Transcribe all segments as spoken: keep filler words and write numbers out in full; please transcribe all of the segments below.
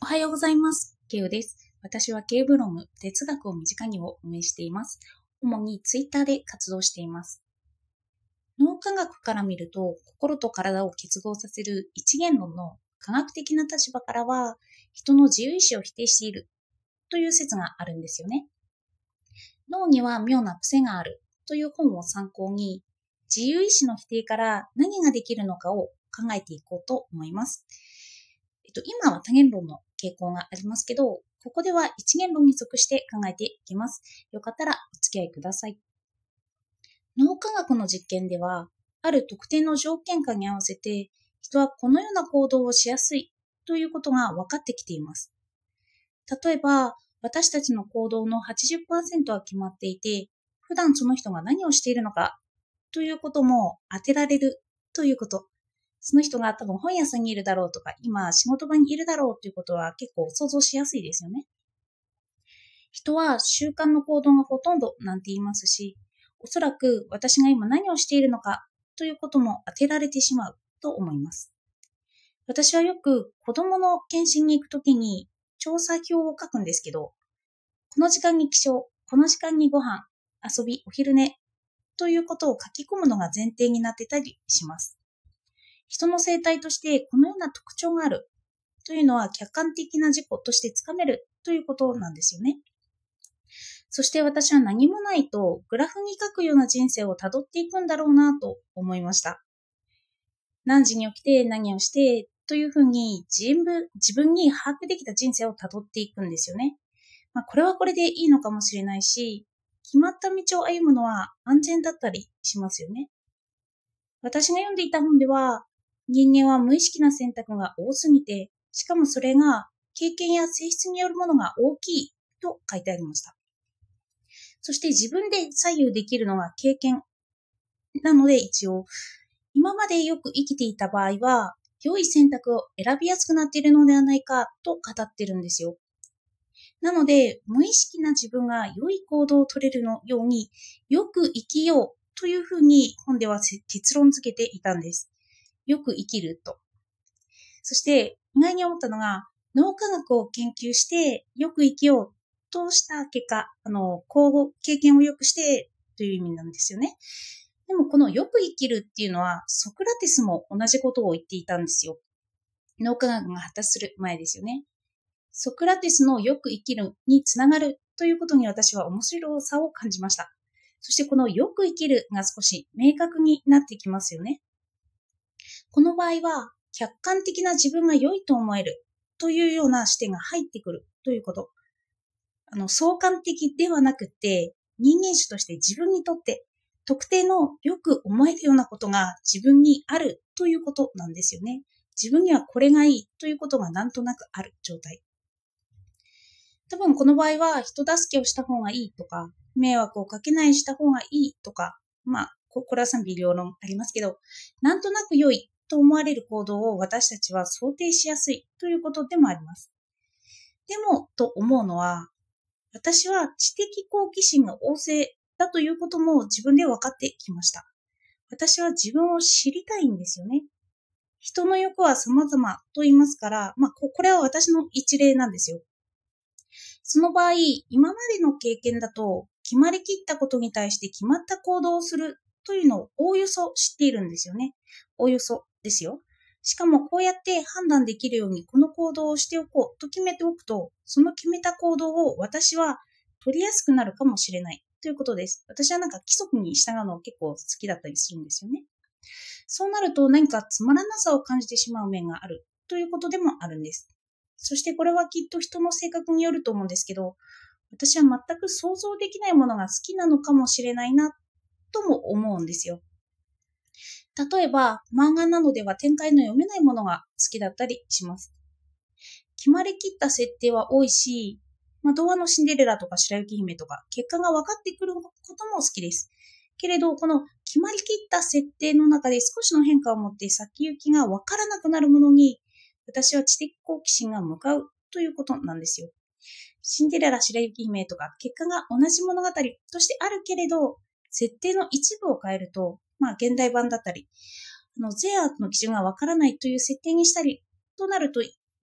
はようございます。ケウです。私はケウブログ、哲学を身近にを運営しています。主にツイッターで活動しています。脳科学から見ると、心と体を結合させる一元論の科学的な立場からは、人の自由意志を否定しているという説があるんですよね。脳には妙な癖があるという本を参考に、自由意志の否定から何ができるのかを考えていこうと思います。えっと、今は多元論の傾向がありますけど、ここでは一元論に属して考えていきます。よかったらお付き合いください。脳科学の実験では、ある特定の条件下に合わせて、人はこのような行動をしやすいということが分かってきています。例えば、私たちの行動の はちじゅっパーセント は決まっていて、普段その人が何をしているのかということも当てられるということ。その人が多分本屋さんにいるだろうとか、今仕事場にいるだろうということは結構想像しやすいですよね。人は習慣の行動がほとんどなんて言いますし、おそらく私が今何をしているのかということも当てられてしまうと思います。私はよく子供の検診に行くときに調査票を書くんですけど、この時間に起床、この時間にご飯、遊び、お昼寝ということを書き込むのが前提になってたりします。人の生態としてこのような特徴があるというのは客観的な自己としてつかめるということなんですよね。そして私は何もないとグラフに書くような人生をたどっていくんだろうなと思いました。何時に起きて何をしてというふうに自分、自分に把握できた人生をたどっていくんですよね。まあ、これはこれでいいのかもしれないし、決まった道を歩むのは安全だったりしますよね。私が読んでいた本では、人間は無意識な選択が多すぎて、しかもそれが経験や性質によるものが大きいと書いてありました。そして自分で左右できるのが経験なので一応、今までよく生きていた場合は、良い選択を選びやすくなっているのではないかと語ってるんですよ。なので、無意識な自分が良い行動を取れるのように、よく生きようというふうに本では結論付けていたんです。よく生きると。そして、意外に思ったのが、脳科学を研究して、よく生きようとした結果、あの、交互経験を良くしてという意味なんですよね。でも、このよく生きるっていうのは、ソクラテスも同じことを言っていたんですよ。脳科学が発達する前ですよね。ソクラテスのよく生きるにつながるということに私は面白さを感じました。そしてこのよく生きるが少し明確になってきますよね。この場合は客観的な自分が良いと思えるというような視点が入ってくるということ。あの相関的ではなくて人間種として自分にとって特定のよく思えるようなことが自分にあるということなんですよね。自分にはこれがいいということがなんとなくある状態。多分この場合は人助けをした方がいいとか、迷惑をかけないした方がいいとか、まあ、これは賛否両論ありますけど、なんとなく良いと思われる行動を私たちは想定しやすいということでもあります。でも、と思うのは、私は知的好奇心が旺盛だということも自分で分かってきました。私は自分を知りたいんですよね。人の欲は様々と言いますから、まあ、これは私の一例なんですよ。その場合、今までの経験だと、決まりきったことに対して決まった行動をするというのをおおよそ知っているんですよね。おおよそですよ。しかもこうやって判断できるようにこの行動をしておこうと決めておくと、その決めた行動を私は取りやすくなるかもしれないということです。私はなんか規則に従うの結構好きだったりするんですよね。そうなると何かつまらなさを感じてしまう面があるということでもあるんです。そしてこれはきっと人の性格によると思うんですけど、私は全く想像できないものが好きなのかもしれないなとも思うんですよ。例えば漫画などでは展開の読めないものが好きだったりします。決まりきった設定は多いし、まあ、童話のシンデレラとか白雪姫とか結果が分かってくることも好きです。けれど、この決まりきった設定の中で少しの変化を持って先行きが分からなくなるものに、私は知的好奇心が向かうということなんですよ。シンデレラ白雪姫とか結果が同じ物語としてあるけれど、設定の一部を変えると、まあ現代版だったり、あの善悪の基準がわからないという設定にしたりとなると、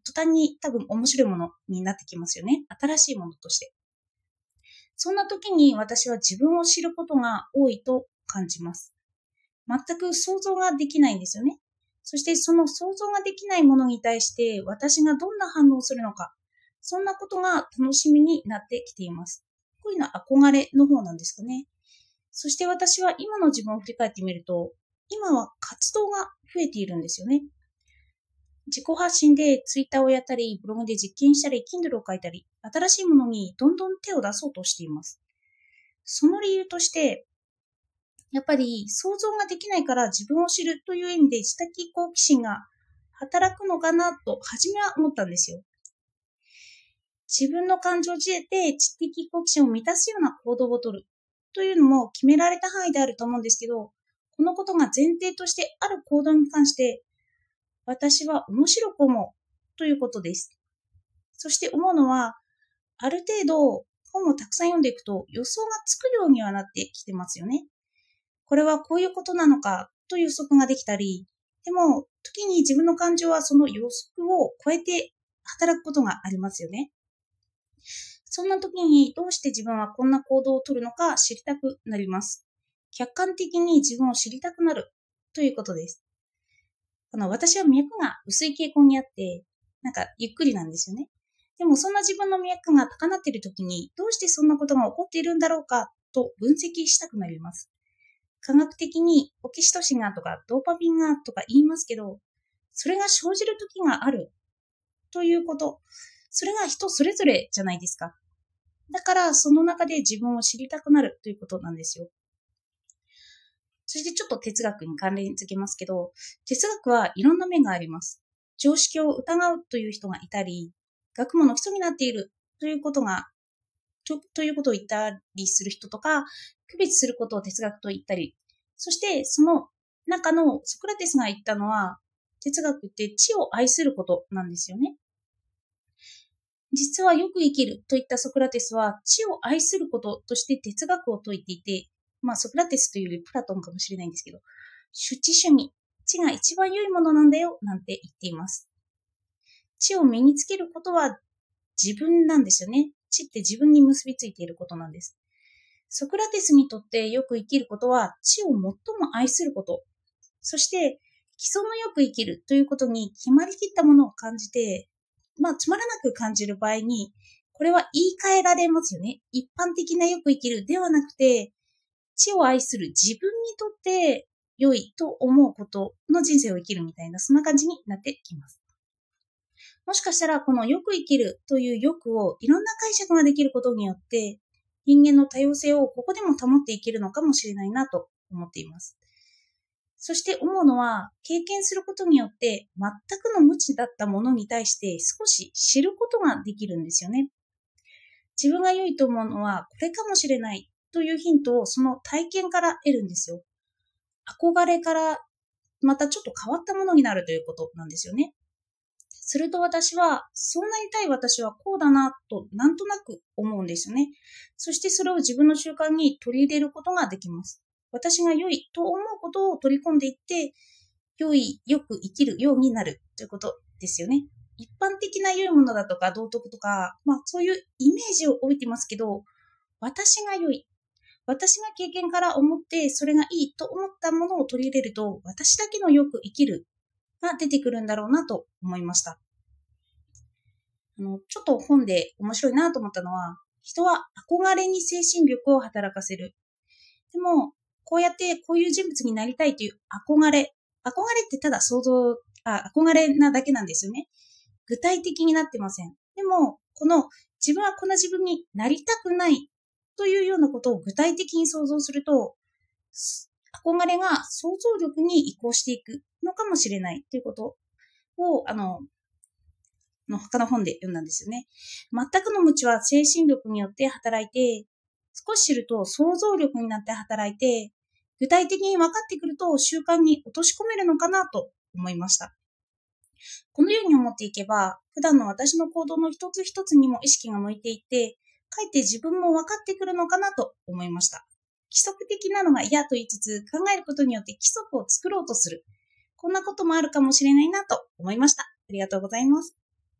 途端に多分面白いものになってきますよね。新しいものとして。そんな時に私は自分を知ることが多いと感じます。全く想像ができないんですよね。そしてその想像ができないものに対して私がどんな反応をするのか、そんなことが楽しみになってきています。こういうのは憧れの方なんですかね。そして私は今の自分を振り返ってみると、今は活動が増えているんですよね。自己発信でツイッターをやったり、ブログで実験したり、Kindle を書いたり、新しいものにどんどん手を出そうとしています。その理由として、やっぱり想像ができないから自分を知るという意味で知的好奇心が働くのかなと初めは思ったんですよ。自分の感情を知れて知的好奇心を満たすような行動をとるというのも決められた範囲であると思うんですけど、このことが前提としてある行動に関して私は面白く思うということです。そして思うのは、ある程度本をたくさん読んでいくと予想がつくようにはなってきてますよね。これはこういうことなのかという予測ができたり、でも時に自分の感情はその予測を超えて働くことがありますよね。そんな時にどうして自分はこんな行動をとるのか知りたくなります。客観的に自分を知りたくなるということです。あの私は脈が薄い傾向にあって、なんかゆっくりなんですよね。でもそんな自分の脈が高鳴っている時にどうしてそんなことが起こっているんだろうかと分析したくなります。科学的にオキシトシンがとかドーパミンがとか言いますけど、それが生じる時があるということ、それが人それぞれじゃないですか。だからその中で自分を知りたくなるということなんですよ。そしてちょっと哲学に関連づけますけど、哲学はいろんな面があります。常識を疑うという人がいたり、学問の基礎になっているということが、と, ということを言ったりする人とか、区別することを哲学と言ったり、そしてその中のソクラテスが言ったのは、哲学って知を愛することなんですよね。実はよく生きるといったソクラテスは知を愛することとして哲学を説いていて、まあソクラテスというよりプラトンかもしれないんですけど、主知主義、知が一番良いものなんだよなんて言っています。知を身につけることは自分なんですよね。知って自分に結びついていることなんです。ソクラテスにとってよく生きることは知を最も愛すること。そして基礎のよく生きるということに決まりきったものを感じて、まあつまらなく感じる場合に、これは言い換えられますよね。一般的なよく生きるではなくて、知を愛する自分にとって良いと思うことの人生を生きるみたいな、そんな感じになってきます。もしかしたらこのよく生きるという欲をいろんな解釈ができることによって人間の多様性をここでも保っていけるのかもしれないなと思っています。そして思うのは経験することによって全くの無知だったものに対して少し知ることができるんですよね。自分が良いと思うのはこれかもしれないというヒントをその体験から得るんですよ。憧れからまたちょっと変わったものになるということなんですよね。すると私は、そうなりたい私はこうだなとなんとなく思うんですよね。そしてそれを自分の習慣に取り入れることができます。私が良いと思うことを取り込んでいって、良い、よく生きるようになるということですよね。一般的な良いものだとか道徳とか、まあそういうイメージを置いてますけど、私が良い。私が経験から思ってそれがいいと思ったものを取り入れると、私だけのよく生きるが出てくるんだろうなと思いました。あの、ちょっと本で面白いなと思ったのは、人は憧れに精神力を働かせる。でも、こうやってこういう人物になりたいという憧れ。憧れってただ想像、あ、憧れなだけなんですよね。具体的になってません。でも、この自分はこんな自分になりたくないというようなことを具体的に想像すると、憧れが想像力に移行していくのかもしれないということを、あの、の他の本で読んだんですよね。全くの無知は精神力によって働いて、少し知ると想像力になって働いて、具体的に分かってくると習慣に落とし込めるのかなと思いました。このように思っていけば、普段の私の行動の一つ一つにも意識が向いていて、かえって自分も分かってくるのかなと思いました。規則的なのが嫌と言いつつ、考えることによって規則を作ろうとする。こんなこともあるかもしれないなと思いました。ありがとうございます。